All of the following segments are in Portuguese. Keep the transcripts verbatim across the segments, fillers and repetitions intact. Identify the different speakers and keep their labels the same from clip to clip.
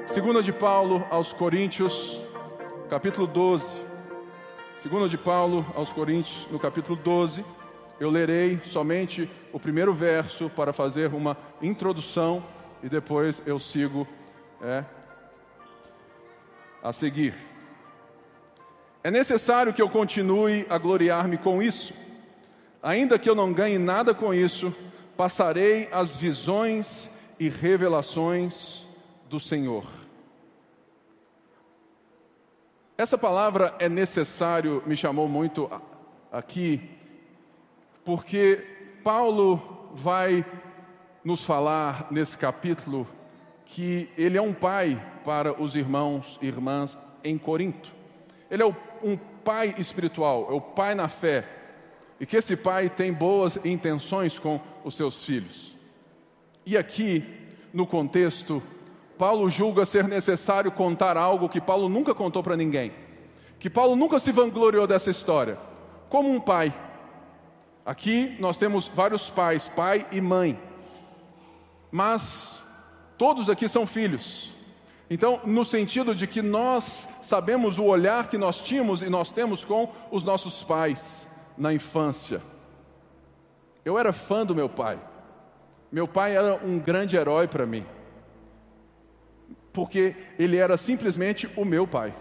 Speaker 1: Segunda de Paulo aos Coríntios, capítulo doze. Segunda de Paulo aos Coríntios, no capítulo doze. Eu lerei somente o primeiro verso para fazer uma introdução e depois eu sigo é, a seguir. É necessário que eu continue a gloriar-me com isso. Ainda que eu não ganhe nada com isso, passarei as visões e revelações do Senhor. Essa palavra é necessário, me chamou muito aqui, porque Paulo vai nos falar nesse capítulo que ele é um pai para os irmãos e irmãs em Corinto. Ele é um pai espiritual, é o pai na fé, e que esse pai tem boas intenções com os seus filhos. E aqui, no contexto, Paulo julga ser necessário contar algo que Paulo nunca contou para ninguém, que Paulo nunca se vangloriou dessa história, como um pai. Aqui nós temos vários pais, pai e mãe, mas todos aqui são filhos. Então, no sentido de que nós sabemos o olhar que nós tínhamos e nós temos com os nossos pais na infância. Eu era fã do meu pai. Meu pai era um grande herói para mim, porque ele era simplesmente o meu pai.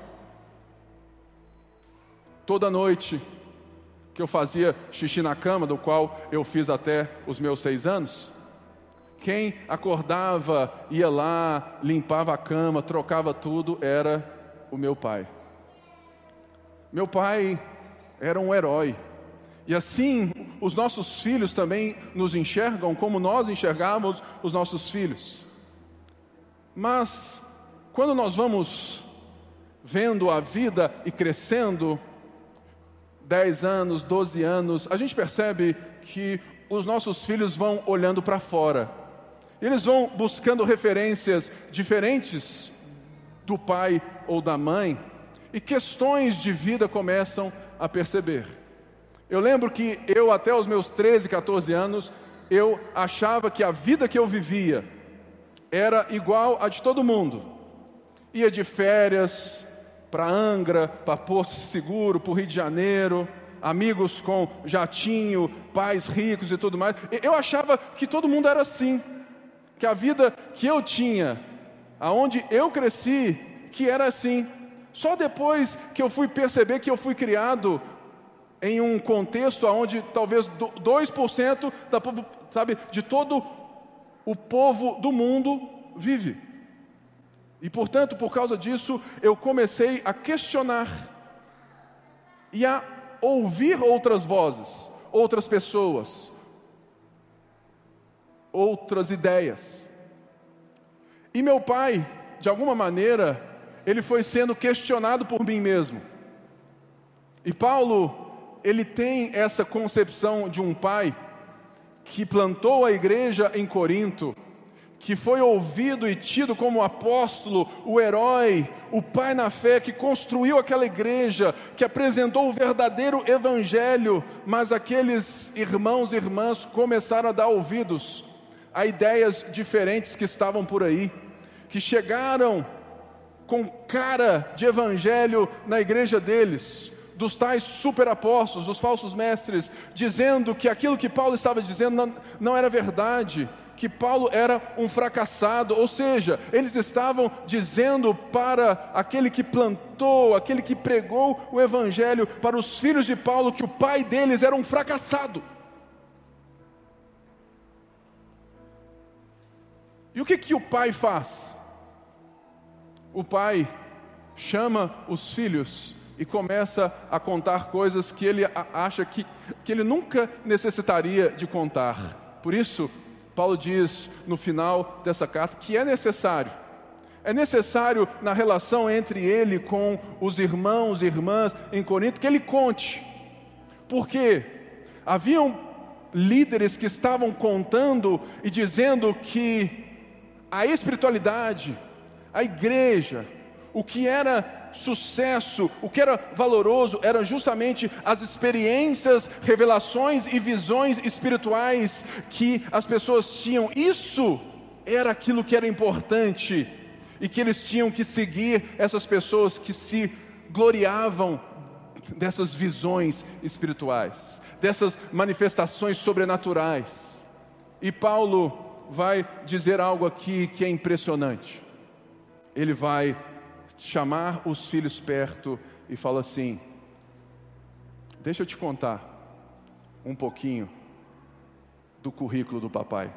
Speaker 1: Toda noite que eu fazia xixi na cama, do qual eu fiz até os meus seis anos, quem acordava, ia lá, limpava a cama, trocava tudo, era o meu pai. Meu pai era um herói. E assim, os nossos filhos também nos enxergam como nós enxergávamos os nossos filhos. Mas, quando nós vamos vendo a vida e crescendo, dez anos, doze anos, a gente percebe que os nossos filhos vão olhando para fora. Eles vão buscando referências diferentes do pai ou da mãe, e questões de vida começam a perceber. Eu lembro que eu, até os meus treze, quatorze anos, eu achava que a vida que eu vivia era igual a de todo mundo. Ia de férias para Angra, para Porto Seguro, para o Rio de Janeiro, amigos com jatinho, pais ricos e tudo mais. Eu achava que todo mundo era assim, que a vida que eu tinha, aonde eu cresci, que era assim. Só depois que eu fui perceber que eu fui criado em um contexto onde talvez dois por cento da, sabe, de todo o povo do mundo vive. E portanto, por causa disso, eu comecei a questionar e a ouvir outras vozes, outras pessoas, outras ideias. E meu pai, de alguma maneira, ele foi sendo questionado por mim mesmo. E Paulo, ele tem essa concepção de um pai que plantou a igreja em Corinto, que foi ouvido e tido como apóstolo, o herói, o pai na fé, que construiu aquela igreja, que apresentou o verdadeiro evangelho, mas aqueles irmãos e irmãs começaram a dar ouvidos a ideias diferentes que estavam por aí, que chegaram com cara de evangelho na igreja deles, dos tais superapóstolos, dos falsos mestres, dizendo que aquilo que Paulo estava dizendo não, não era verdade, que Paulo era um fracassado. Ou seja, eles estavam dizendo para aquele que plantou, aquele que pregou o evangelho para os filhos de Paulo, que o pai deles era um fracassado. E o que que o pai faz? O pai chama os filhos e começa a contar coisas que ele acha que, que ele nunca necessitaria de contar. Por isso, Paulo diz no final dessa carta que é necessário. É necessário na relação entre ele com os irmãos e irmãs em Corinto que ele conte. Porque haviam líderes que estavam contando e dizendo que a espiritualidade, a igreja, o que era sucesso, o que era valoroso, eram justamente as experiências, revelações e visões espirituais que as pessoas tinham. Isso era aquilo que era importante. e que eles tinham que seguir essas pessoas que se gloriavam dessas visões espirituais, dessas manifestações sobrenaturais. E Paulo vai dizer algo aqui que é impressionante. Ele vai chamar os filhos perto e fala assim: deixa eu te contar um pouquinho do currículo do papai.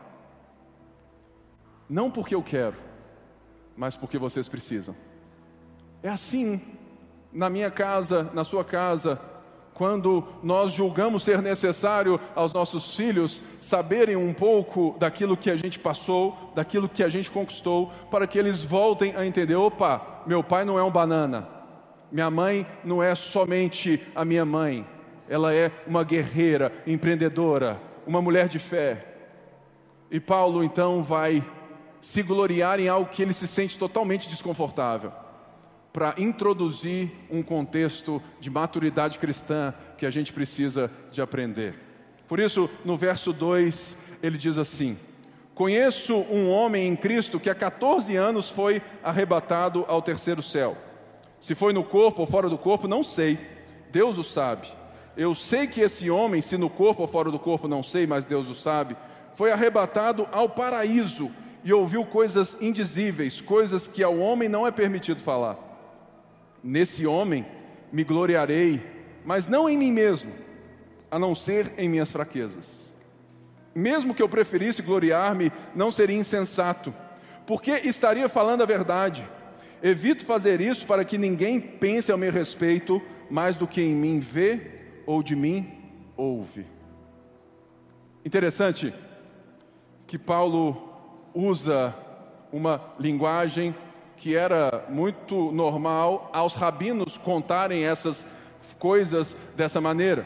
Speaker 1: Não porque eu quero, mas porque vocês precisam. É assim na minha casa, na sua casa, quando nós julgamos ser necessário aos nossos filhos saberem um pouco daquilo que a gente passou, daquilo que a gente conquistou, para que eles voltem a entender: opa, meu pai não é um banana, minha mãe não é somente a minha mãe, ela é uma guerreira, empreendedora, uma mulher de fé. E Paulo então vai se gloriar em algo que ele se sente totalmente desconfortável, para introduzir um contexto de maturidade cristã que a gente precisa de aprender. Por isso, no verso dois, ele diz assim: conheço um homem em Cristo que há catorze anos foi arrebatado ao terceiro céu. Se foi no corpo ou fora do corpo, não sei, Deus o sabe. Eu sei que esse homem, se no corpo ou fora do corpo, não sei, mas Deus o sabe, foi arrebatado ao paraíso e ouviu coisas indizíveis, coisas que ao homem não é permitido falar. Nesse homem me gloriarei, mas não em mim mesmo, a não ser em minhas fraquezas. Mesmo que eu preferisse gloriar-me, não seria insensato, porque estaria falando a verdade. Evito fazer isso para que ninguém pense ao meu respeito mais do que em mim vê ou de mim ouve. Interessante que Paulo usa uma linguagem que era muito normal aos rabinos contarem essas coisas dessa maneira.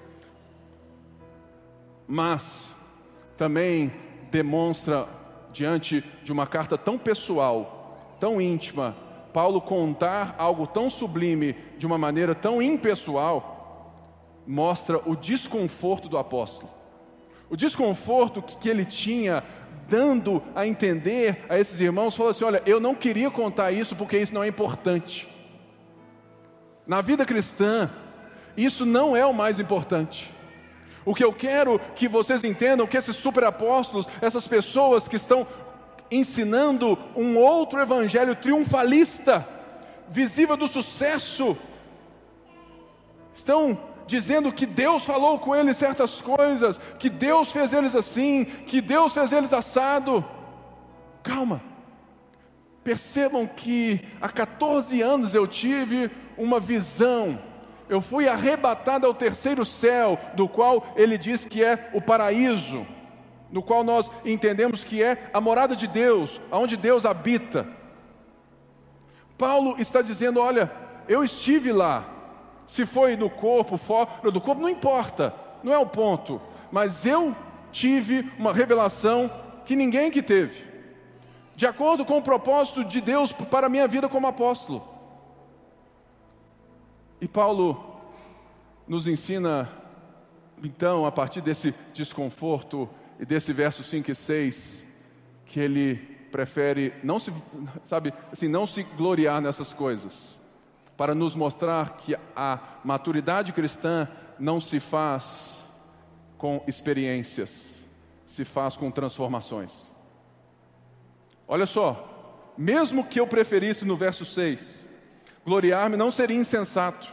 Speaker 1: Mas também demonstra, diante de uma carta tão pessoal, tão íntima, Paulo contar algo tão sublime de uma maneira tão impessoal, mostra o desconforto do apóstolo. O desconforto que, que ele tinha, dando a entender a esses irmãos, falou assim: olha, eu não queria contar isso porque isso não é importante. Na vida cristã, isso não é o mais importante. O que eu quero que vocês entendam, que esses superapóstolos, essas pessoas que estão ensinando um outro evangelho triunfalista, visível do sucesso, estão dizendo que Deus falou com eles certas coisas, que Deus fez eles assim, que Deus fez eles assado. Calma, percebam que há catorze anos eu tive uma visão, eu fui arrebatado ao terceiro céu, do qual ele diz que é o paraíso, no qual nós entendemos que é a morada de Deus, onde Deus habita. Paulo está dizendo: olha, eu estive lá. Se foi no corpo, fora do corpo, não importa, não é o ponto. Mas eu tive uma revelação que ninguém que teve, de acordo com o propósito de Deus para a minha vida como apóstolo. E Paulo nos ensina, então, a partir desse desconforto e desse verso cinco e seis, que ele prefere não se, sabe, assim, não se gloriar nessas coisas, para nos mostrar que a maturidade cristã não se faz com experiências, se faz com transformações. Olha só, mesmo que eu preferisse, no verso seis, gloriar-me, não seria insensato.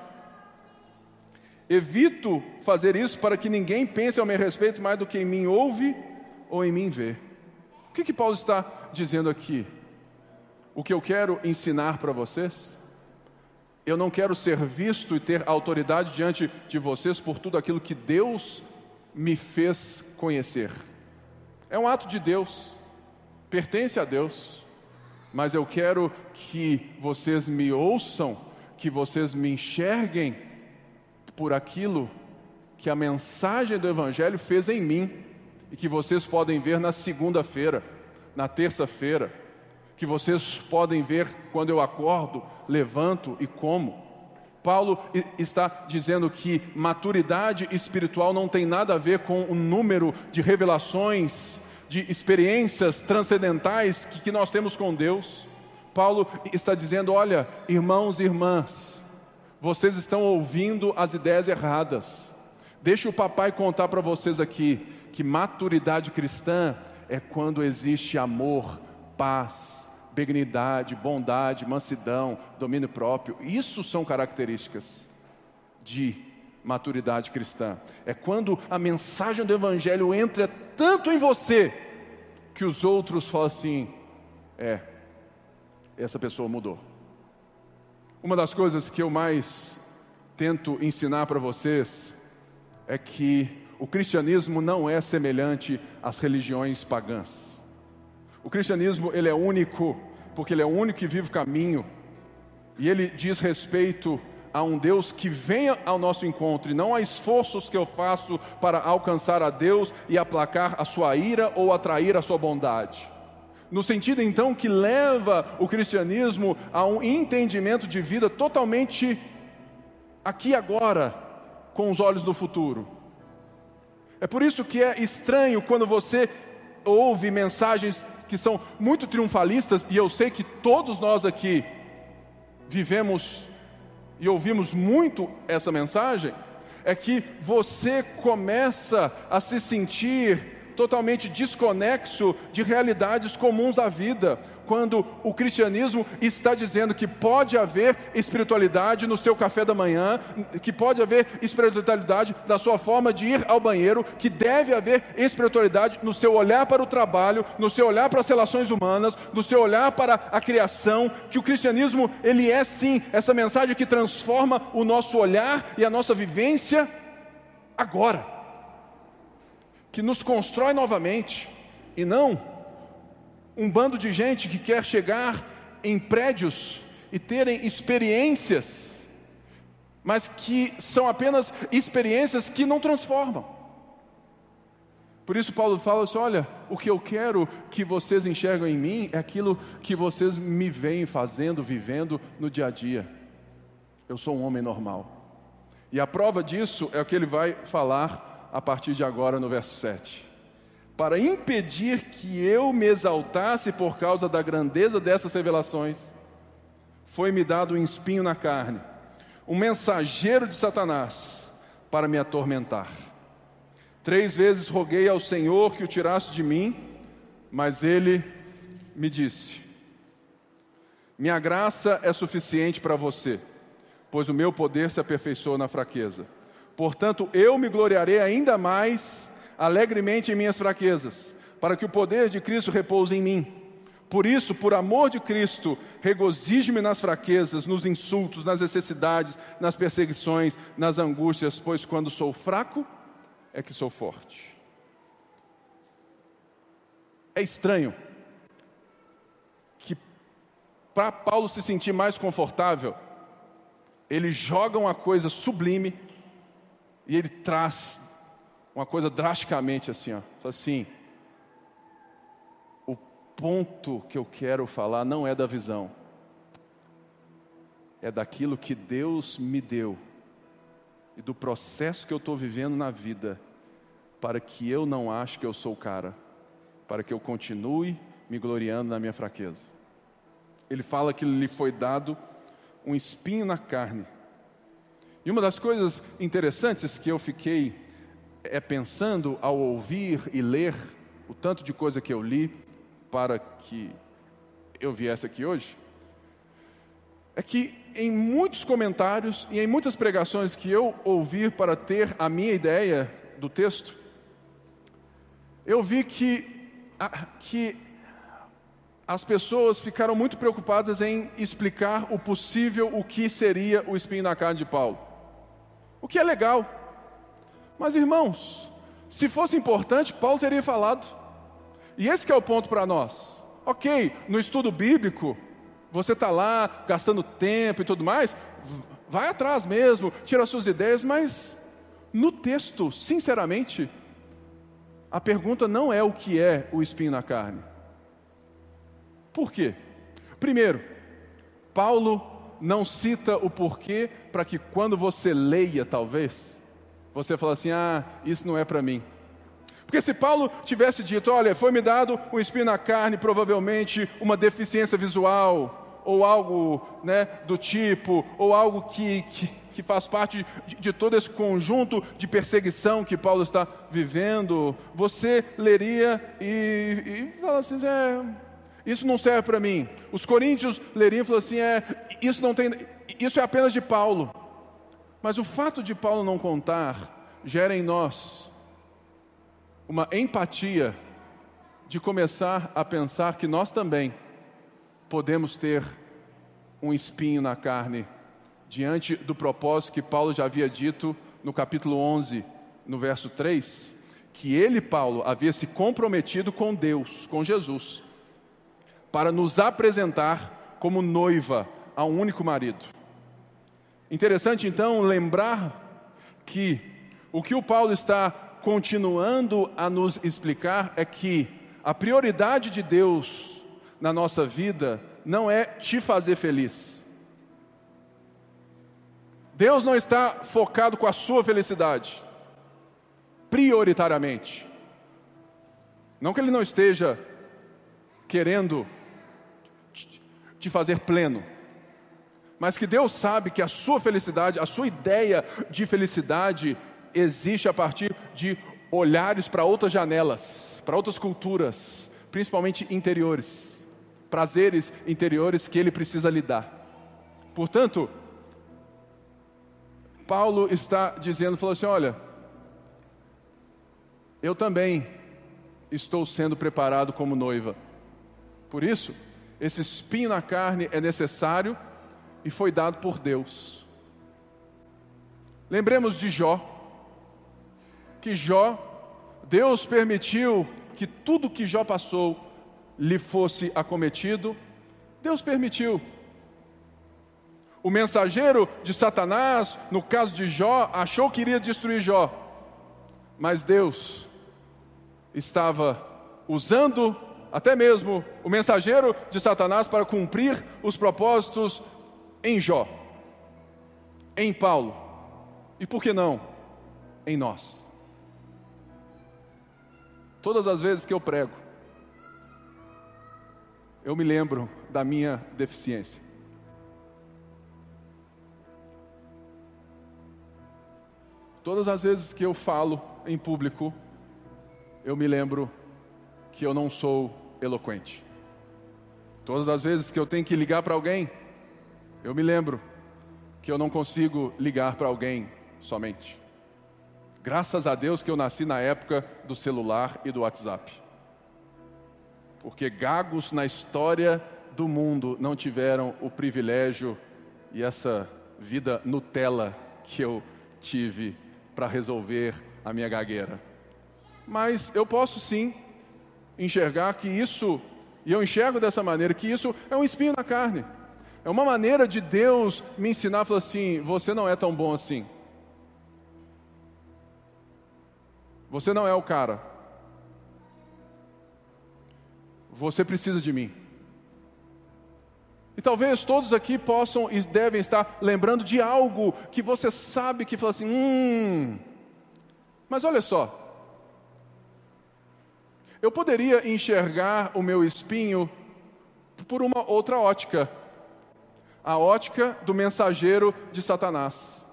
Speaker 1: Evito fazer isso para que ninguém pense ao meu respeito mais do que em mim ouve ou em mim vê. O que que Paulo está dizendo aqui? O que eu quero ensinar para vocês, eu não quero ser visto e ter autoridade diante de vocês por tudo aquilo que Deus me fez conhecer. É um ato de Deus, pertence a Deus, mas eu quero que vocês me ouçam, que vocês me enxerguem por aquilo que a mensagem do Evangelho fez em mim, e que vocês podem ver na segunda-feira, na terça-feira, que vocês podem ver quando eu acordo, levanto e como. Paulo está dizendo que maturidade espiritual não tem nada a ver com o número de revelações, de experiências transcendentais que, que nós temos com Deus. Paulo está dizendo, olha, irmãos e irmãs, vocês estão ouvindo as ideias erradas. Deixa o papai contar para vocês aqui, que maturidade cristã é quando existe amor, paz, benignidade, bondade, mansidão, domínio próprio. Isso são características de maturidade cristã. É quando a mensagem do Evangelho entra tanto em você, que os outros falam assim, é, essa pessoa mudou. Uma das coisas que eu mais tento ensinar para vocês é que o cristianismo não é semelhante às religiões pagãs. O cristianismo, ele é único, porque ele é o único que vive o caminho, e ele diz respeito a um Deus que venha ao nosso encontro, e não há esforços que eu faço para alcançar a Deus e aplacar a sua ira ou atrair a sua bondade. No sentido então que leva o cristianismo a um entendimento de vida totalmente aqui e agora, com os olhos do futuro. É por isso que é estranho quando você ouve mensagens que são muito triunfalistas, e eu sei que todos nós aqui vivemos e ouvimos muito essa mensagem, é que você começa a se sentir totalmente desconexo de realidades comuns da vida, quando o cristianismo está dizendo que pode haver espiritualidade no seu café da manhã, que pode haver espiritualidade na sua forma de ir ao banheiro, que deve haver espiritualidade no seu olhar para o trabalho, no seu olhar para as relações humanas, no seu olhar para a criação, que o cristianismo, ele é sim essa mensagem que transforma o nosso olhar e a nossa vivência agora, que nos constrói novamente, e não um bando de gente que quer chegar em prédios e terem experiências, mas que são apenas experiências que não transformam. Por isso Paulo fala assim, olha, o que eu quero que vocês enxergam em mim é aquilo que vocês me veem fazendo, vivendo no dia a dia. Eu sou um homem normal. E a prova disso é o que ele vai falar a partir de agora no verso sete. Para impedir que eu me exaltasse por causa da grandeza dessas revelações, foi-me dado um espinho na carne, um mensageiro de Satanás, para me atormentar. Três vezes roguei ao Senhor que o tirasse de mim, mas Ele me disse, minha graça é suficiente para você, pois o meu poder se aperfeiçoa na fraqueza. Portanto, eu me gloriarei ainda mais alegremente em minhas fraquezas, para que o poder de Cristo repouse em mim. Por isso, por amor de Cristo, regozijo-me nas fraquezas, nos insultos, nas necessidades, nas perseguições, nas angústias, pois quando sou fraco, é que sou forte. É estranho que, para Paulo se sentir mais confortável, ele joga uma coisa sublime e ele traz uma coisa drasticamente assim, ó, assim, o ponto que eu quero falar não é da visão, é daquilo que Deus me deu e do processo que eu estou vivendo na vida, para que eu não ache que eu sou o cara, para que eu continue me gloriando na minha fraqueza. Ele fala que lhe foi dado um espinho na carne. E uma das coisas interessantes que eu fiquei é pensando ao ouvir e ler o tanto de coisa que eu li para que eu viesse aqui hoje, é que em muitos comentários e em muitas pregações que eu ouvi para ter a minha ideia do texto, eu vi que, que as pessoas ficaram muito preocupadas em explicar o possível, o que seria o espinho na carne de Paulo. O que é legal. Mas irmãos, se fosse importante, Paulo teria falado. E esse que é o ponto para nós. Ok, no estudo bíblico, você está lá gastando tempo e tudo mais, vai atrás mesmo, tira suas ideias, mas no texto, sinceramente, a pergunta não é o que é o espinho na carne. Por quê? Primeiro, Paulo não cita o porquê para que quando você leia, talvez, você fala assim, ah, isso não é para mim. Porque se Paulo tivesse dito, olha, foi-me dado um espinho na carne, provavelmente uma deficiência visual, ou algo, né, do tipo, ou algo que, que, que faz parte de, de todo esse conjunto de perseguição que Paulo está vivendo, você leria e, e fala assim, é, isso não serve para mim. Os coríntios leriam e falaram assim, é, isso não tem, isso é apenas de Paulo. Mas o fato de Paulo não contar gera em nós uma empatia de começar a pensar que nós também podemos ter um espinho na carne diante do propósito que Paulo já havia dito no capítulo onze, no verso três, que ele, Paulo, havia se comprometido com Deus, com Jesus, para nos apresentar como noiva a um único marido. Interessante, então, lembrar que o que o Paulo está continuando a nos explicar é que a prioridade de Deus na nossa vida não é te fazer feliz. Deus não está focado com a sua felicidade, prioritariamente. Não que Ele não esteja querendo te fazer pleno, mas que Deus sabe que a sua felicidade, a sua ideia de felicidade existe a partir de olhares para outras janelas, para outras culturas, principalmente interiores, prazeres interiores que Ele precisa lidar. Portanto, Paulo está dizendo, falou assim, olha, eu também estou sendo preparado como noiva. Por isso, esse espinho na carne é necessário e foi dado por Deus. Lembremos de Jó, que Jó, Deus permitiu que tudo que Jó passou lhe fosse acometido, Deus permitiu. O mensageiro de Satanás, no caso de Jó, achou que iria destruir Jó, mas Deus estava usando até mesmo o mensageiro de Satanás para cumprir os propósitos em Jó, em Paulo, e por que não, em nós. Todas as vezes que eu prego, eu me lembro da minha deficiência. Todas as vezes que eu falo em público, eu me lembro que eu não sou eloquente. Todas as vezes que eu tenho que ligar para alguém, eu me lembro que eu não consigo ligar para alguém somente. Graças a Deus que eu nasci na época do celular e do WhatsApp. Porque gagos na história do mundo não tiveram o privilégio e essa vida Nutella que eu tive para resolver a minha gagueira. Mas eu posso sim enxergar que isso, e eu enxergo dessa maneira, que isso é um espinho na carne. É uma maneira de Deus me ensinar, falar assim, você não é tão bom assim. Você não é o cara. Você precisa de mim. E talvez todos aqui possam e devem estar lembrando de algo que você sabe que fala assim, hum, mas olha só. Eu poderia enxergar o meu espinho por uma outra ótica. A ótica do mensageiro de Satanás.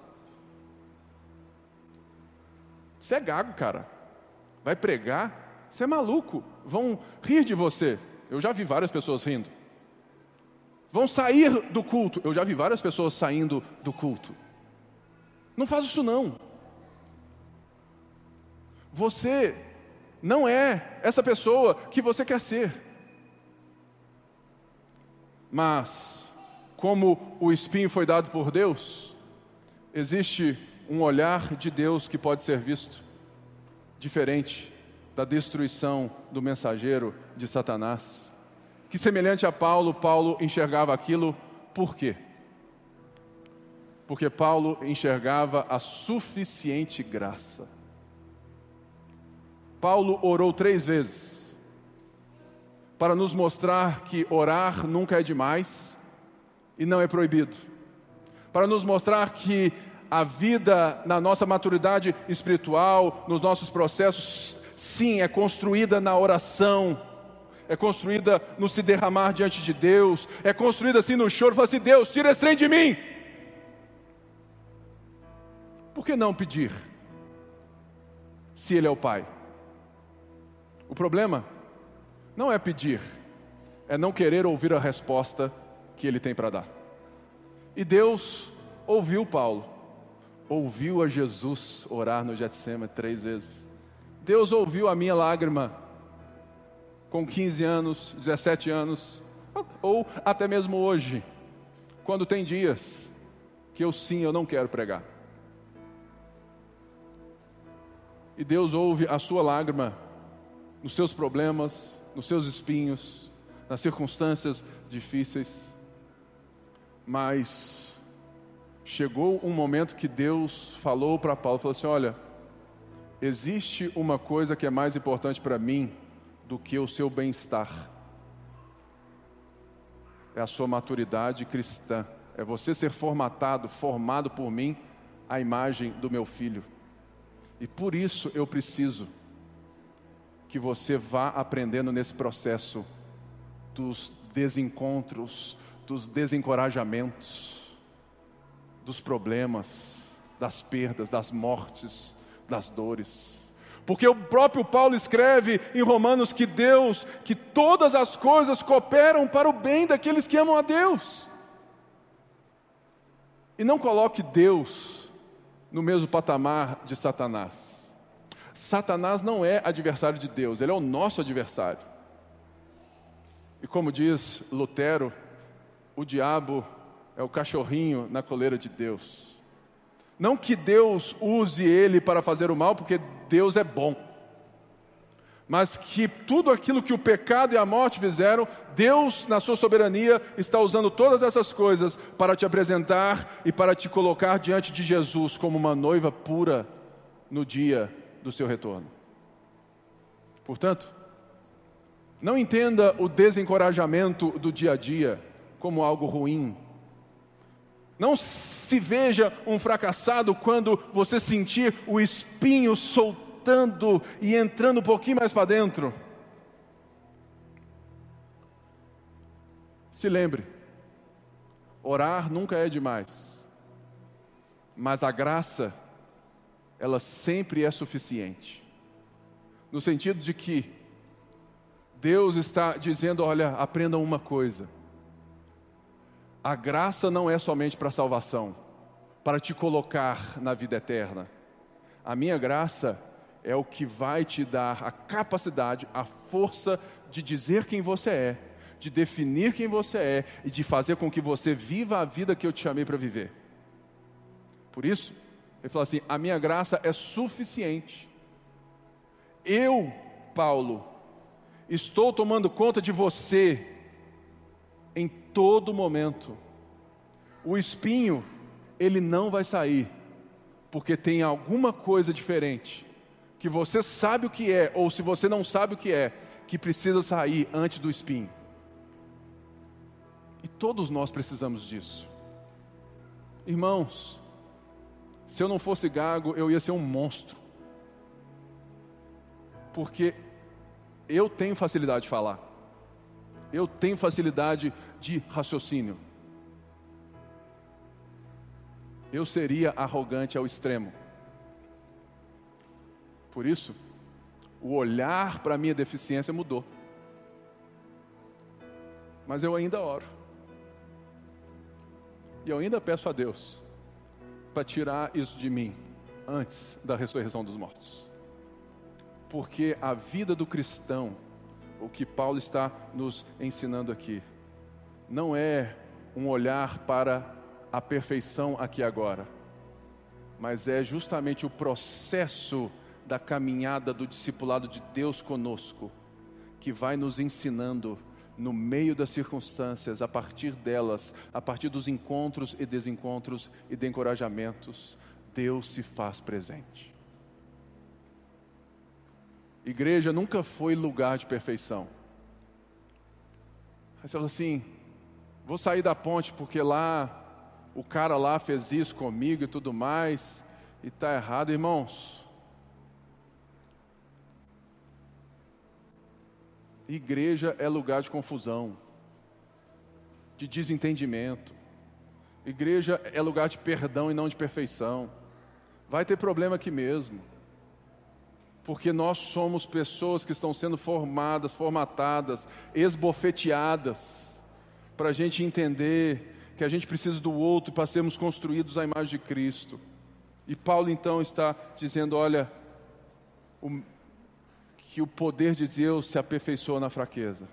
Speaker 1: Você é gago, cara. Vai pregar? Você é maluco. Vão rir de você. Eu já vi várias pessoas rindo. Vão sair do culto. Eu já vi várias pessoas saindo do culto. Não faz isso não. Você não é essa pessoa que você quer ser. Mas, como o espinho foi dado por Deus, existe um olhar de Deus que pode ser visto diferente da destruição do mensageiro de Satanás. Que semelhante a Paulo, Paulo enxergava aquilo por quê? Porque Paulo enxergava a suficiente graça. Paulo orou três vezes para nos mostrar que orar nunca é demais e não é proibido. Para nos mostrar que a vida na nossa maturidade espiritual, nos nossos processos, sim, é construída na oração, é construída no se derramar diante de Deus, é construída assim no choro, fala assim: Deus, tira esse trem de mim. Por que não pedir, se Ele é o Pai? O problema não é pedir, é não querer ouvir a resposta que Ele tem para dar. E Deus ouviu Paulo, ouviu a Jesus orar no Getsêmani três vezes. Deus ouviu a minha lágrima com quinze anos, dezessete anos, ou até mesmo hoje, quando tem dias que eu sim, eu não quero pregar. E Deus ouve a sua lágrima nos seus problemas, nos seus espinhos, nas circunstâncias difíceis. Mas chegou um momento que Deus falou para Paulo, falou assim: olha, existe uma coisa que é mais importante para mim do que o seu bem-estar. É a sua maturidade cristã. É você ser formatado, formado por mim, à imagem do meu filho. E por isso eu preciso que você vá aprendendo nesse processo dos desencontros, dos desencorajamentos, dos problemas, das perdas, das mortes, das dores. Porque o próprio Paulo escreve em Romanos que Deus, que todas as coisas cooperam para o bem daqueles que amam a Deus. E não coloque Deus no mesmo patamar de Satanás. Satanás não é adversário de Deus, ele é o nosso adversário. E como diz Lutero, o diabo é o cachorrinho na coleira de Deus. Não que Deus use ele para fazer o mal, porque Deus é bom. Mas que tudo aquilo que o pecado e a morte fizeram, Deus, na sua soberania, está usando todas essas coisas para te apresentar e para te colocar diante de Jesus como uma noiva pura no dia do seu retorno. Portanto, não entenda o desencorajamento do dia a dia como algo ruim. Não se veja um fracassado quando você sentir o espinho soltando e entrando um pouquinho mais para dentro. Se lembre, orar nunca é demais, mas a graça, ela sempre é suficiente, no sentido de que Deus está dizendo: olha, aprendam uma coisa, a graça não é somente para salvação, para te colocar na vida eterna. A minha graça é o que vai te dar a capacidade, a força de dizer quem você é, de definir quem você é e de fazer com que você viva a vida que eu te chamei para viver. Por isso, ele fala assim: a minha graça é suficiente. Eu, Paulo, estou tomando conta de você em todo momento. O espinho, ele não vai sair, porque tem alguma coisa diferente, que você sabe o que é, ou se você não sabe o que é, que precisa sair antes do espinho. E todos nós precisamos disso. Irmãos, se eu não fosse gago, eu ia ser um monstro. Porque eu tenho facilidade de falar. Eu tenho facilidade de raciocínio. Eu seria arrogante ao extremo. Por isso, o olhar para a minha deficiência mudou. Mas eu ainda oro. E eu ainda peço a Deus para tirar isso de mim antes da ressurreição dos mortos. Porque a vida do cristão, o que Paulo está nos ensinando aqui, não é um olhar para a perfeição aqui e agora, mas é justamente o processo da caminhada do discipulado de Deus conosco, que vai nos ensinando no meio das circunstâncias, a partir delas, a partir dos encontros e desencontros e de encorajamentos, Deus se faz presente. Igreja nunca foi lugar de perfeição. Aí você fala assim: vou sair da ponte porque lá o cara lá fez isso comigo e tudo mais, e está errado. Irmãos, Igreja é lugar de confusão, de desentendimento. Igreja é lugar de perdão e não de perfeição. Vai ter problema aqui mesmo, porque nós somos pessoas que estão sendo formadas, formatadas, esbofeteadas, para a gente entender que a gente precisa do outro para sermos construídos à imagem de Cristo. E Paulo então está dizendo, olha, o, que o poder de Deus se aperfeiçoa na fraqueza.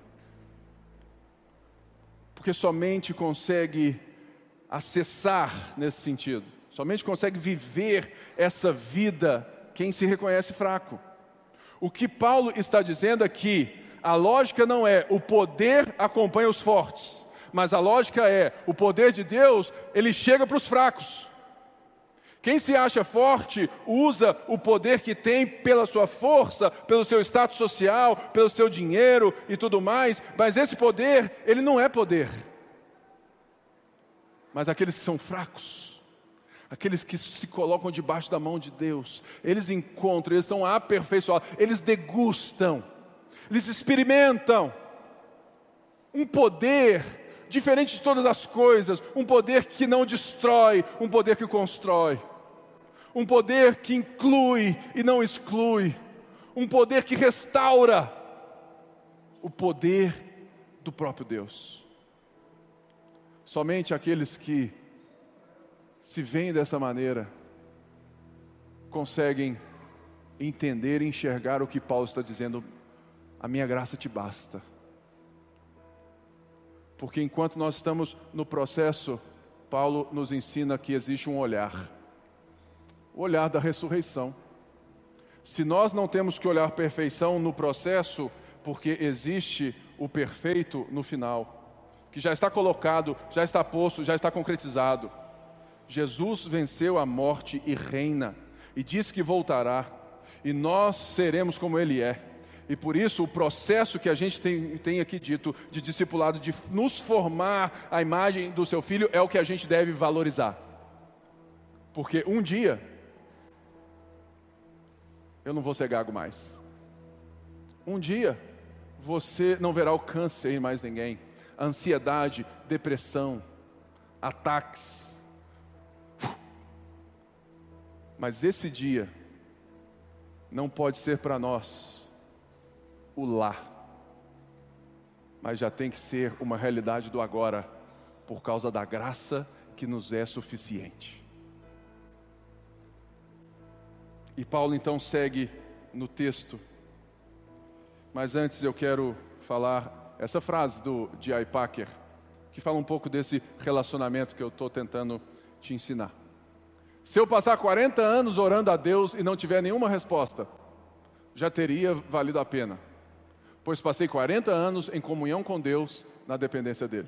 Speaker 1: Porque somente consegue acessar nesse sentido, somente consegue viver essa vida quem se reconhece fraco. O que Paulo está dizendo é que a lógica não é o poder acompanha os fortes, mas a lógica é o poder de Deus, ele chega para os fracos. Quem se acha forte usa o poder que tem pela sua força, pelo seu status social, pelo seu dinheiro e tudo mais, mas esse poder, ele não é poder. Mas aqueles que são fracos, aqueles que se colocam debaixo da mão de Deus, eles encontram, eles são aperfeiçoados, eles degustam, eles experimentam um poder diferente de todas as coisas, um poder que não destrói, um poder que constrói, um poder que inclui e não exclui, um poder que restaura, o poder do próprio Deus. Somente aqueles que se veem dessa maneira conseguem entender e enxergar o que Paulo está dizendo, a minha graça te basta. Porque enquanto nós estamos no processo, Paulo nos ensina que existe um olhar, o olhar da ressurreição. Se nós não temos que olhar perfeição no processo, porque existe o perfeito no final, que já está colocado, já está posto, já está concretizado. Jesus venceu a morte e reina, e diz que voltará, e nós seremos como Ele é. E por isso o processo que a gente tem, tem aqui dito, de discipulado, de nos formar à imagem do seu Filho, é o que a gente deve valorizar. Porque um dia, eu não vou ser gago mais. Um dia, você não verá o câncer em mais ninguém. Ansiedade, depressão, ataques. Mas esse dia não pode ser para nós o lá, mas já tem que ser uma realidade do agora, por causa da graça que nos é suficiente. E Paulo então segue no texto, mas antes eu quero falar essa frase do J I Packer, que fala um pouco desse relacionamento que eu estou tentando te ensinar. Se eu passar quarenta anos orando a Deus e não tiver nenhuma resposta, já teria valido a pena, pois passei quarenta anos em comunhão com Deus, na dependência dEle.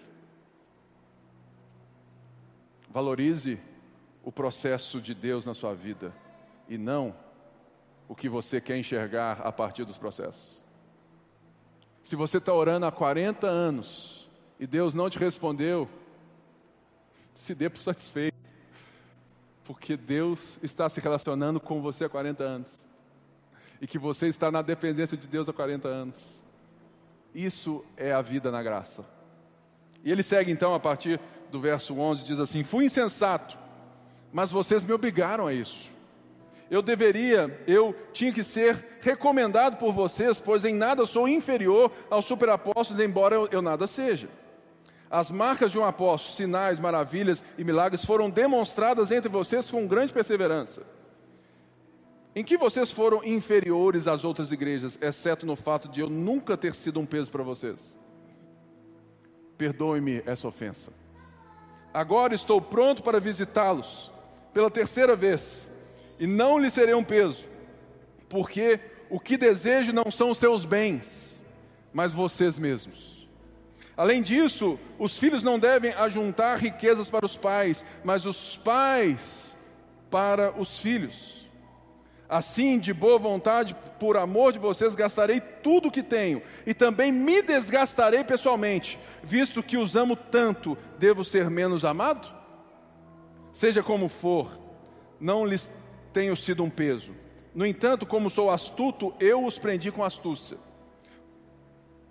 Speaker 1: Valorize o processo de Deus na sua vida, e não o que você quer enxergar a partir dos processos. Se você está orando há quarenta anos e Deus não te respondeu, se dê por satisfeito, porque Deus está se relacionando com você há quarenta anos, e que você está na dependência de Deus há quarenta anos. Isso é a vida na graça. E ele segue então a partir do verso onze, diz assim: fui insensato, mas vocês me obrigaram a isso. Eu deveria, eu tinha que ser recomendado por vocês, pois em nada sou inferior aos superapóstolos, embora eu, eu nada seja. As marcas de um apóstolo, sinais, maravilhas e milagres foram demonstradas entre vocês com grande perseverança. Em que vocês foram inferiores às outras igrejas, exceto no fato de eu nunca ter sido um peso para vocês? Perdoe-me essa ofensa. Agora estou pronto para visitá-los pela terceira vez, e não lhes serei um peso, porque o que desejo não são os seus bens, mas vocês mesmos. Além disso, os filhos não devem ajuntar riquezas para os pais, mas os pais para os filhos. Assim, de boa vontade, por amor de vocês, gastarei tudo o que tenho, e também me desgastarei pessoalmente, visto que os amo tanto, devo ser menos amado? Seja como for, não lhes tenho sido um peso. No entanto, como sou astuto, eu os prendi com astúcia.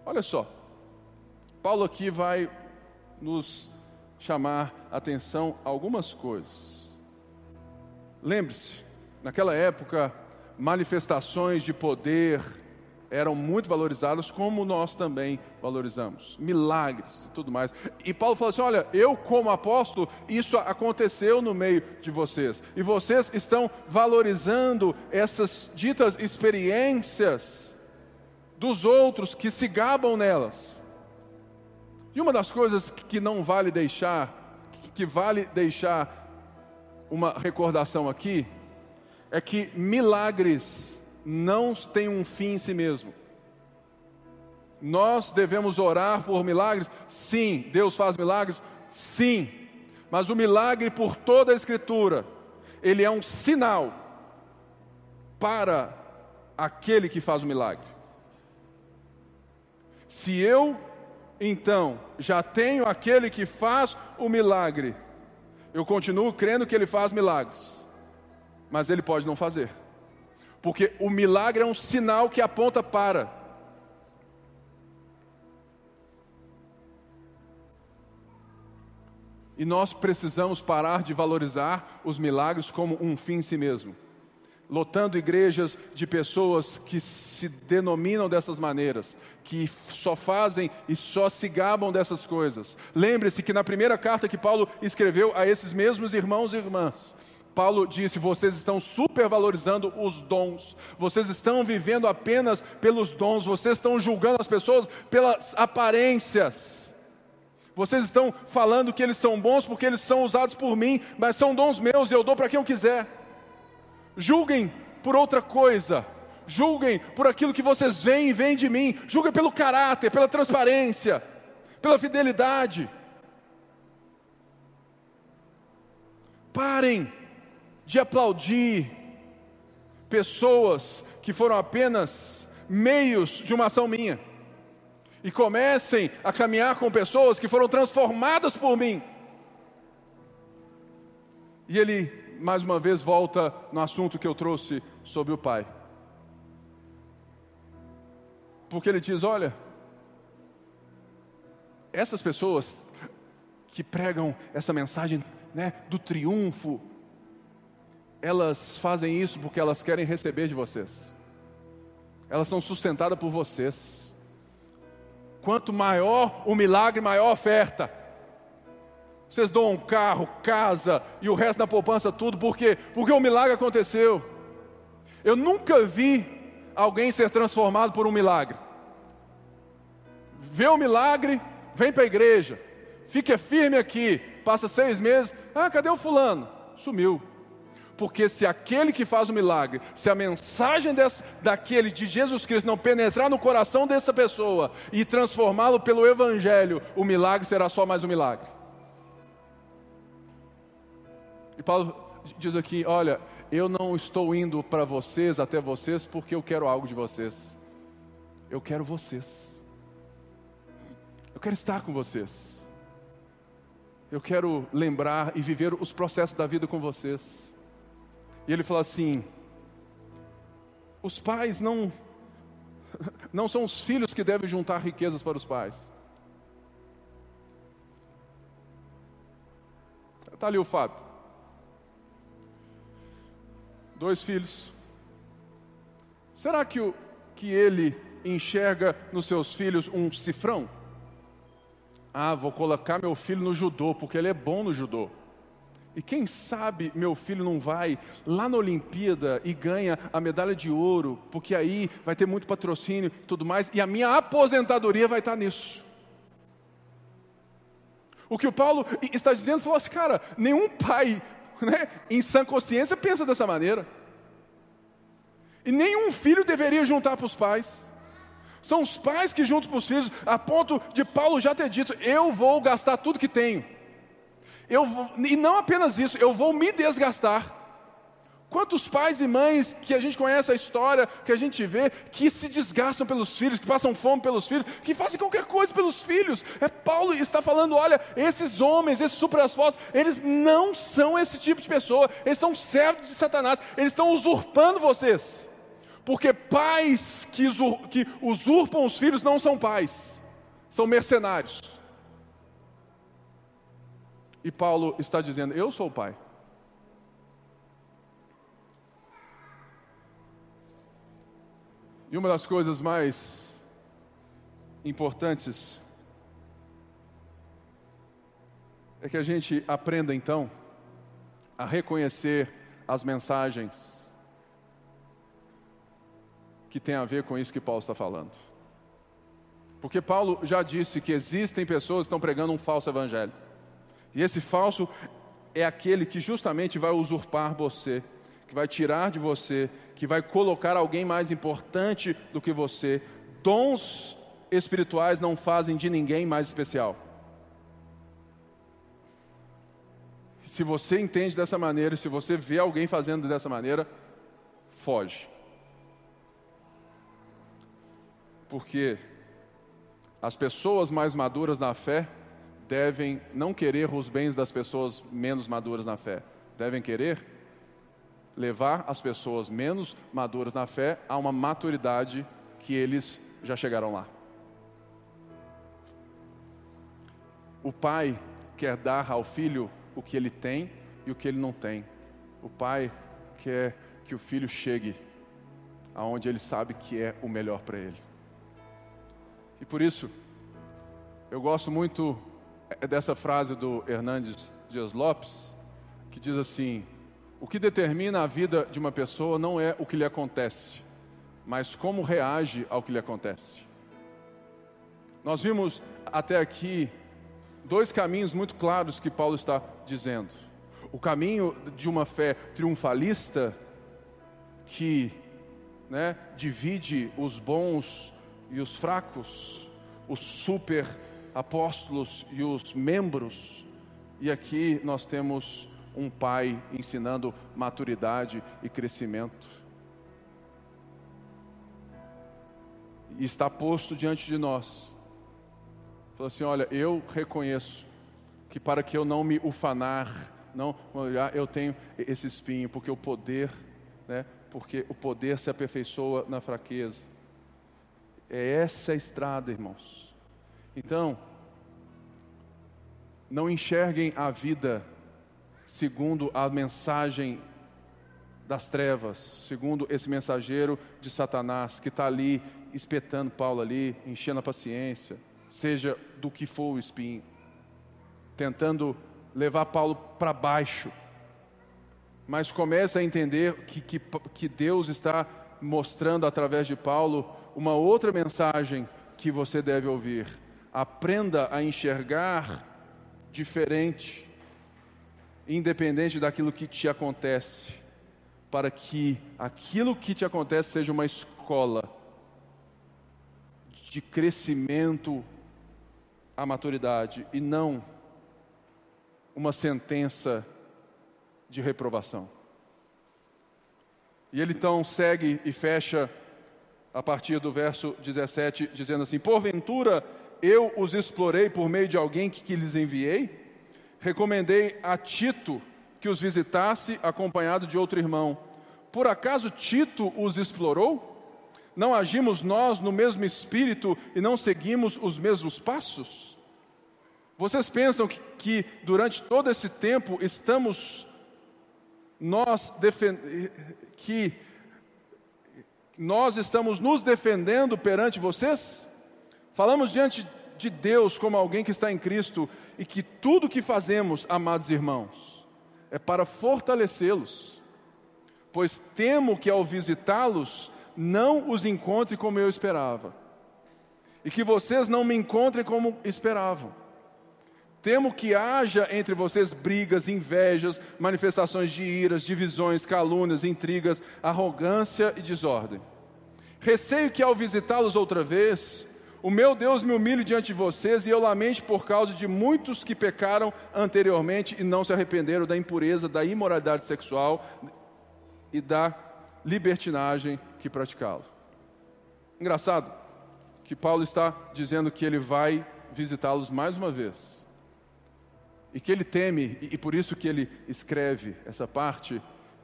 Speaker 1: Olha só, Paulo aqui vai nos chamar a atenção a algumas coisas. Lembre-se, naquela época, manifestações de poder eram muito valorizadas, como nós também valorizamos. Milagres e tudo mais. E Paulo fala assim, olha, eu como apóstolo, isso aconteceu no meio de vocês. E vocês estão valorizando essas ditas experiências dos outros que se gabam nelas. E uma das coisas que não vale deixar, que vale deixar uma recordação aqui, é que milagres não têm um fim em si mesmo. Nós devemos orar por milagres? Sim. Deus faz milagres? Sim. Mas o milagre, por toda a Escritura, ele é um sinal para aquele que faz o milagre. Se eu, então, já tenho aquele que faz o milagre, eu continuo crendo que ele faz milagres, mas ele pode não fazer. Porque o milagre é um sinal que aponta para. E nós precisamos parar de valorizar os milagres como um fim em si mesmo. Lotando igrejas de pessoas que se denominam dessas maneiras, que só fazem e só se gabam dessas coisas. Lembre-se que na primeira carta que Paulo escreveu a esses mesmos irmãos e irmãs, Paulo disse, vocês estão supervalorizando os dons, vocês estão vivendo apenas pelos dons, vocês estão julgando as pessoas pelas aparências, vocês estão falando que eles são bons porque eles são usados por mim, mas são dons meus e eu dou para quem eu quiser. Julguem por outra coisa, julguem por aquilo que vocês veem e veem de mim, julguem pelo caráter, pela transparência, pela fidelidade. Parem de aplaudir pessoas que foram apenas meios de uma ação minha, e comecem a caminhar com pessoas que foram transformadas por mim. E ele, mais uma vez, volta no assunto que eu trouxe sobre o Pai. Porque ele diz, olha, essas pessoas que pregam essa mensagem, né, do triunfo, elas fazem isso porque elas querem receber de vocês. Elas são sustentadas por vocês. Quanto maior o milagre, maior a oferta. Vocês dão um carro, casa e o resto da poupança tudo, por quê? Porque o milagre aconteceu. Eu nunca vi alguém ser transformado por um milagre. Vê o milagre, vem para a igreja, fica firme aqui, passa seis meses, ah, cadê o fulano? Sumiu. Porque se aquele que faz o milagre, se a mensagem desse, daquele de Jesus Cristo não penetrar no coração dessa pessoa e transformá-lo pelo Evangelho, o milagre será só mais um milagre. E Paulo diz aqui, olha, eu não estou indo para vocês, até vocês, porque eu quero algo de vocês. Eu quero vocês. Eu quero estar com vocês. Eu quero lembrar e viver os processos da vida com vocês. E ele fala assim, os pais não, não são os filhos que devem juntar riquezas para os pais. Está ali o Fábio. Dois filhos. Será que, o, que ele enxerga nos seus filhos um cifrão? Ah, vou colocar meu filho no judô, porque ele é bom no judô. E quem sabe meu filho não vai lá na Olimpíada e ganha a medalha de ouro, porque aí vai ter muito patrocínio e tudo mais, e a minha aposentadoria vai estar nisso. O que o Paulo está dizendo, falou assim, cara, nenhum pai, né, em sã consciência pensa dessa maneira. E nenhum filho deveria juntar para os pais. São os pais que juntam para os filhos, a ponto de Paulo já ter dito, eu vou gastar tudo que tenho. Eu vou, e não apenas isso, eu vou me desgastar. Quantos pais e mães que a gente conhece a história, que a gente vê, que se desgastam pelos filhos, que passam fome pelos filhos, que fazem qualquer coisa pelos filhos. É, Paulo está falando, olha, esses homens, esses super-apóstolos, eles não são esse tipo de pessoa, eles são servos de Satanás, eles estão usurpando vocês. Porque pais que, usur, que usurpam os filhos não são pais, são mercenários. E Paulo está dizendo, eu sou o pai. E uma das coisas mais importantes é que a gente aprenda então a reconhecer as mensagens que tem a ver com isso que Paulo está falando. Porque Paulo já disse que existem pessoas que estão pregando um falso evangelho. E esse falso é aquele que justamente vai usurpar você, que vai tirar de você, que vai colocar alguém mais importante do que você. Dons espirituais não fazem de ninguém mais especial. Se você entende dessa maneira, se você vê alguém fazendo dessa maneira, foge. Porque as pessoas mais maduras na fé devem não querer os bens das pessoas menos maduras na fé. Devem querer levar as pessoas menos maduras na fé a uma maturidade que eles já chegaram lá. O pai quer dar ao filho o que ele tem e o que ele não tem. O pai quer que o filho chegue aonde ele sabe que é o melhor para ele. E por isso, eu gosto muito dessa frase do Hernandes Dias Lopes, que diz assim: o que determina a vida de uma pessoa não é o que lhe acontece, mas como reage ao que lhe acontece. Nós vimos até aqui dois caminhos muito claros que Paulo está dizendo. O caminho de uma fé triunfalista, que né, divide os bons e os fracos, os super apóstolos e os membros. E aqui nós temos um pai ensinando maturidade e crescimento. E está posto diante de nós. Falou assim, olha, eu reconheço que para que eu não me ufanar, não olhar, eu tenho esse espinho, porque o poder, né, porque o poder se aperfeiçoa na fraqueza. É essa a estrada, irmãos. Então, não enxerguem a vida segundo a mensagem das trevas, segundo esse mensageiro de Satanás, que está ali, espetando Paulo ali, enchendo a paciência, seja do que for o espinho, tentando levar Paulo para baixo. Mas comece a entender que, que, que Deus está mostrando através de Paulo uma outra mensagem que você deve ouvir. Aprenda a enxergar diferente, independente daquilo que te acontece, para que aquilo que te acontece seja uma escola de crescimento à maturidade e não uma sentença de reprovação. E ele então segue e fecha a partir do verso dezessete, dizendo assim: porventura eu os explorei por meio de alguém que, que lhes enviei? Recomendei a Tito que os visitasse acompanhado de outro irmão. Por acaso Tito os explorou? Não agimos nós no mesmo espírito e não seguimos os mesmos passos? Vocês pensam que, que durante todo esse tempo estamos nós defend... que nós estamos nos defendendo perante vocês? Falamos diante de Deus como alguém que está em Cristo e que tudo que fazemos, amados irmãos, é para fortalecê-los, pois temo que ao visitá-los não os encontre como eu esperava e que vocês não me encontrem como esperavam. Temo que haja entre vocês brigas, invejas, manifestações de iras, divisões, calúnias, intrigas, arrogância e desordem. Receio que ao visitá-los outra vez, o meu Deus me humilhe diante de vocês e eu lamente por causa de muitos que pecaram anteriormente e não se arrependeram da impureza, da imoralidade sexual e da libertinagem que praticá-lo. Engraçado que Paulo está dizendo que ele vai visitá-los mais uma vez. E que ele teme, e por isso que ele escreve essa parte,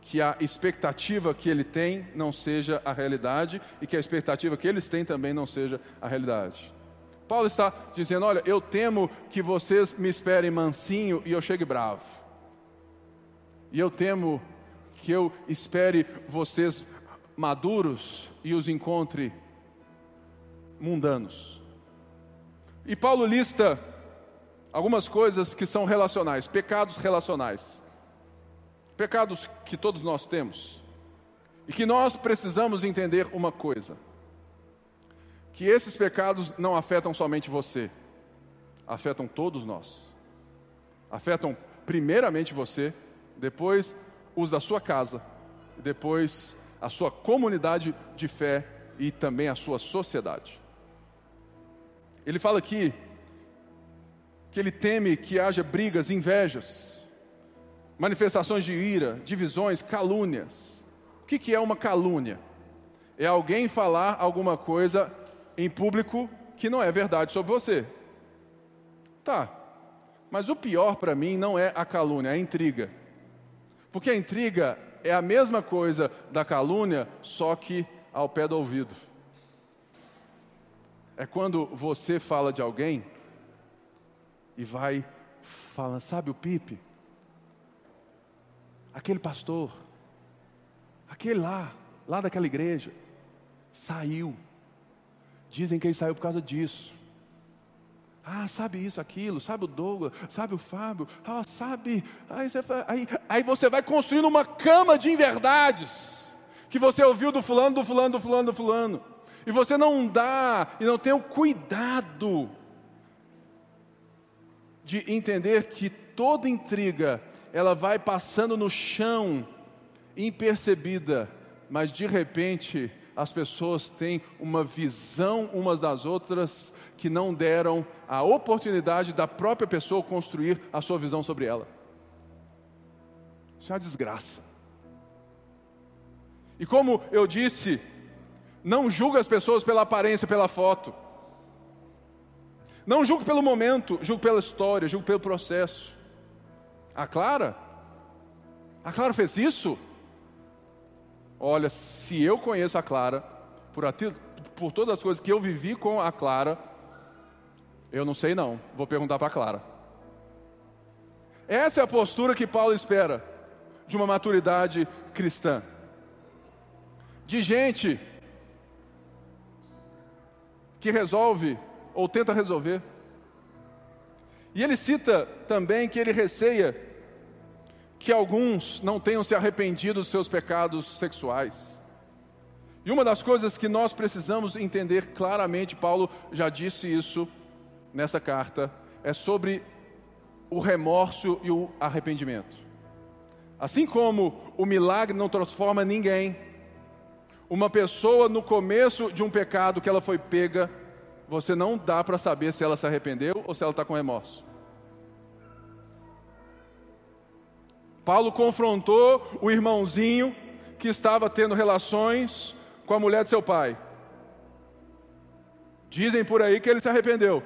Speaker 1: que a expectativa que ele tem não seja a realidade e que a expectativa que eles têm também não seja a realidade. Paulo está dizendo, olha, eu temo que vocês me esperem mansinho e eu chegue bravo. E eu temo que eu espere vocês maduros e os encontre mundanos. E Paulo lista algumas coisas que são relacionais, pecados relacionais. Pecados que todos nós temos. E que nós precisamos entender uma coisa. Que esses pecados não afetam somente você. Afetam todos nós. Afetam primeiramente você, depois os da sua casa, depois a sua comunidade de fé e também a sua sociedade. Ele fala aqui que ele teme que haja brigas, invejas, manifestações de ira, divisões, calúnias. O que que é uma calúnia? É alguém falar alguma coisa em público que não é verdade sobre você. Tá, mas o pior para mim não é a calúnia, é a intriga. Porque a intriga é a mesma coisa da calúnia, só que ao pé do ouvido. É quando você fala de alguém e vai falando, sabe o Pipe? Aquele pastor, aquele lá, lá daquela igreja, saiu. Dizem que ele saiu por causa disso. Ah, sabe isso, aquilo, sabe o Douglas, sabe o Fábio, ah, sabe. Aí você, aí, aí você vai construindo uma cama de inverdades, que você ouviu do fulano, do fulano, do fulano, do fulano. E você não dá, e não tem o cuidado de entender que toda intriga, ela vai passando no chão, impercebida, mas de repente as pessoas têm uma visão umas das outras que não deram a oportunidade da própria pessoa construir a sua visão sobre ela. Isso é uma desgraça. E como eu disse, não julgue as pessoas pela aparência, pela foto. Não julgue pelo momento, julgue pela história, julgue pelo processo. A Clara? A Clara fez isso? Olha, se eu conheço a Clara, por, ati- por todas as coisas que eu vivi com a Clara, eu não sei não, vou perguntar para a Clara. Essa é a postura que Paulo espera de uma maturidade cristã. De gente que resolve ou tenta resolver. E ele cita também que ele receia que alguns não tenham se arrependido dos seus pecados sexuais. E uma das coisas que nós precisamos entender claramente, Paulo já disse isso nessa carta, é sobre o remorso e o arrependimento. Assim como o milagre não transforma ninguém, uma pessoa no começo de um pecado que ela foi pega, você não dá para saber se ela se arrependeu ou se ela está com remorso. Paulo confrontou o irmãozinho que estava tendo relações com a mulher de seu pai. Dizem por aí que ele se arrependeu.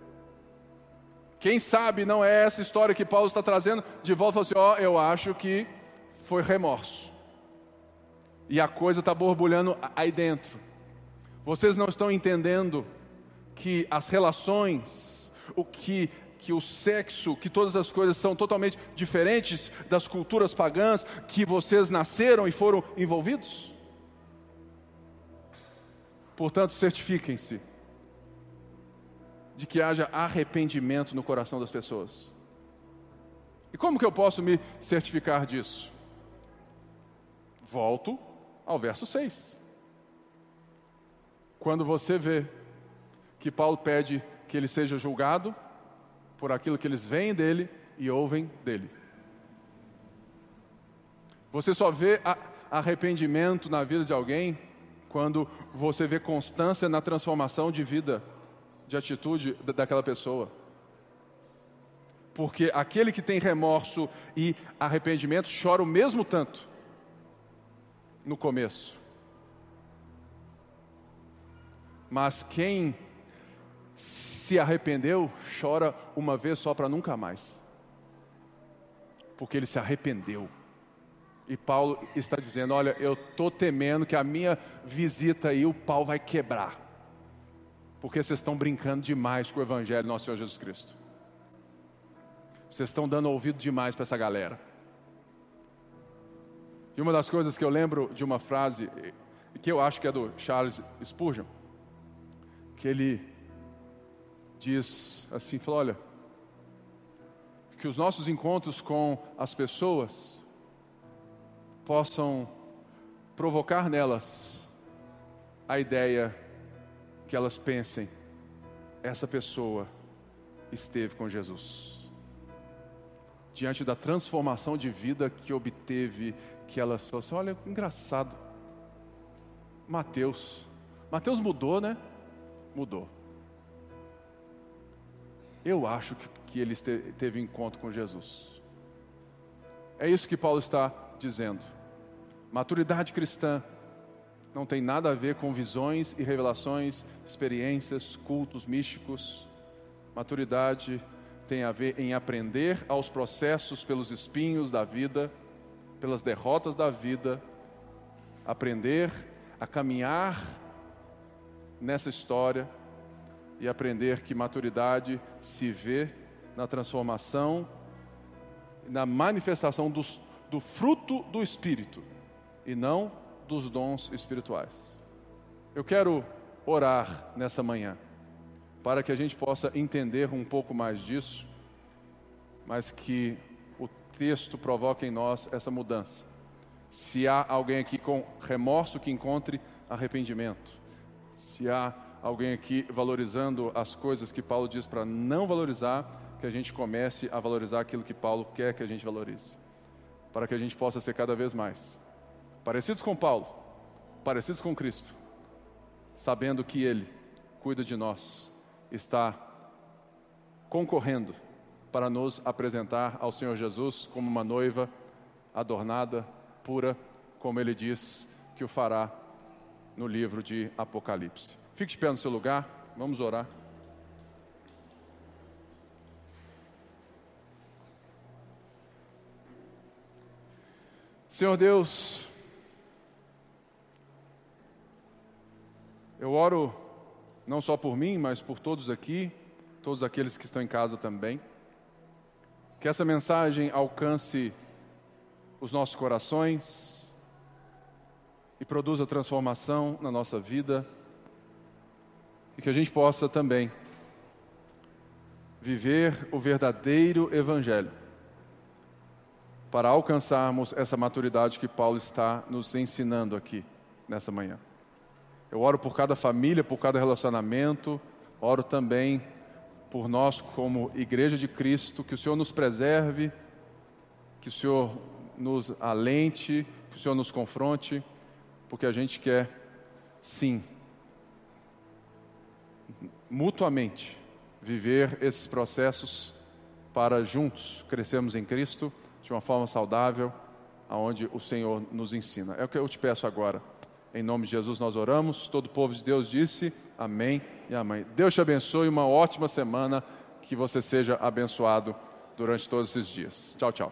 Speaker 1: Quem sabe não é essa história que Paulo está trazendo de volta e fala assim, ó, eu acho que foi remorso. E a coisa está borbulhando aí dentro. Vocês não estão entendendo que as relações, o que, que o sexo, que todas as coisas são totalmente diferentes das culturas pagãs que vocês nasceram e foram envolvidos? Portanto, certifiquem-se de que haja arrependimento no coração das pessoas. E como que eu posso me certificar disso? Volto ao verso seis. Quando você vê que Paulo pede que ele seja julgado por aquilo que eles veem dele e ouvem dele. Você só vê arrependimento na vida de alguém quando você vê constância na transformação de vida, de atitude daquela pessoa. Porque aquele que tem remorso e arrependimento chora o mesmo tanto no começo. Mas quem se arrependeu, chora uma vez só para nunca mais. Porque ele se arrependeu. E Paulo está dizendo, olha, eu estou temendo que a minha visita aí o pau vai quebrar. Porque vocês estão brincando demais com o Evangelho do nosso Senhor Jesus Cristo. Vocês estão dando ouvido demais para essa galera. E uma das coisas que eu lembro de uma frase, que eu acho que é do Charles Spurgeon, que ele diz assim, falou, olha, que os nossos encontros com as pessoas possam provocar nelas a ideia que elas pensem, essa pessoa esteve com Jesus. Diante da transformação de vida que obteve, que elas falaram assim, olha, engraçado, Mateus, Mateus mudou, né? Mudou. Eu acho que, que ele esteve, teve encontro com Jesus. É isso que Paulo está dizendo. Maturidade cristã não tem nada a ver com visões e revelações, experiências, cultos místicos. Maturidade tem a ver em aprender aos processos pelos espinhos da vida, pelas derrotas da vida, aprender a caminhar nessa história e aprender que maturidade se vê na transformação, na manifestação dos, do fruto do Espírito e não dos dons espirituais. Eu quero orar nessa manhã para que a gente possa entender um pouco mais disso, mas que o texto provoque em nós essa mudança. Se há alguém aqui com remorso, que encontre arrependimento. Se há alguém aqui valorizando as coisas que Paulo diz para não valorizar, que a gente comece a valorizar aquilo que Paulo quer que a gente valorize, para que a gente possa ser cada vez mais parecidos com Paulo, parecidos com Cristo, sabendo que Ele cuida de nós, está concorrendo para nos apresentar ao Senhor Jesus como uma noiva adornada, pura, como Ele diz que o fará no livro de Apocalipse. Fique de pé no seu lugar, vamos orar. Senhor Deus, eu oro não só por mim, mas por todos aqui, todos aqueles que estão em casa também, que essa mensagem alcance os nossos corações e produza transformação na nossa vida, e que a gente possa também viver o verdadeiro Evangelho, para alcançarmos essa maturidade que Paulo está nos ensinando aqui nessa manhã. Eu oro por cada família, por cada relacionamento, oro também por nós como Igreja de Cristo, que o Senhor nos preserve, que o Senhor nos alente, que o Senhor nos confronte, porque a gente quer, sim, mutuamente, viver esses processos para juntos crescermos em Cristo de uma forma saudável, aonde o Senhor nos ensina. É o que eu te peço agora. Em nome de Jesus nós oramos, todo o povo de Deus disse amém e amém. Deus te abençoe, uma ótima semana, que você seja abençoado durante todos esses dias. Tchau, tchau.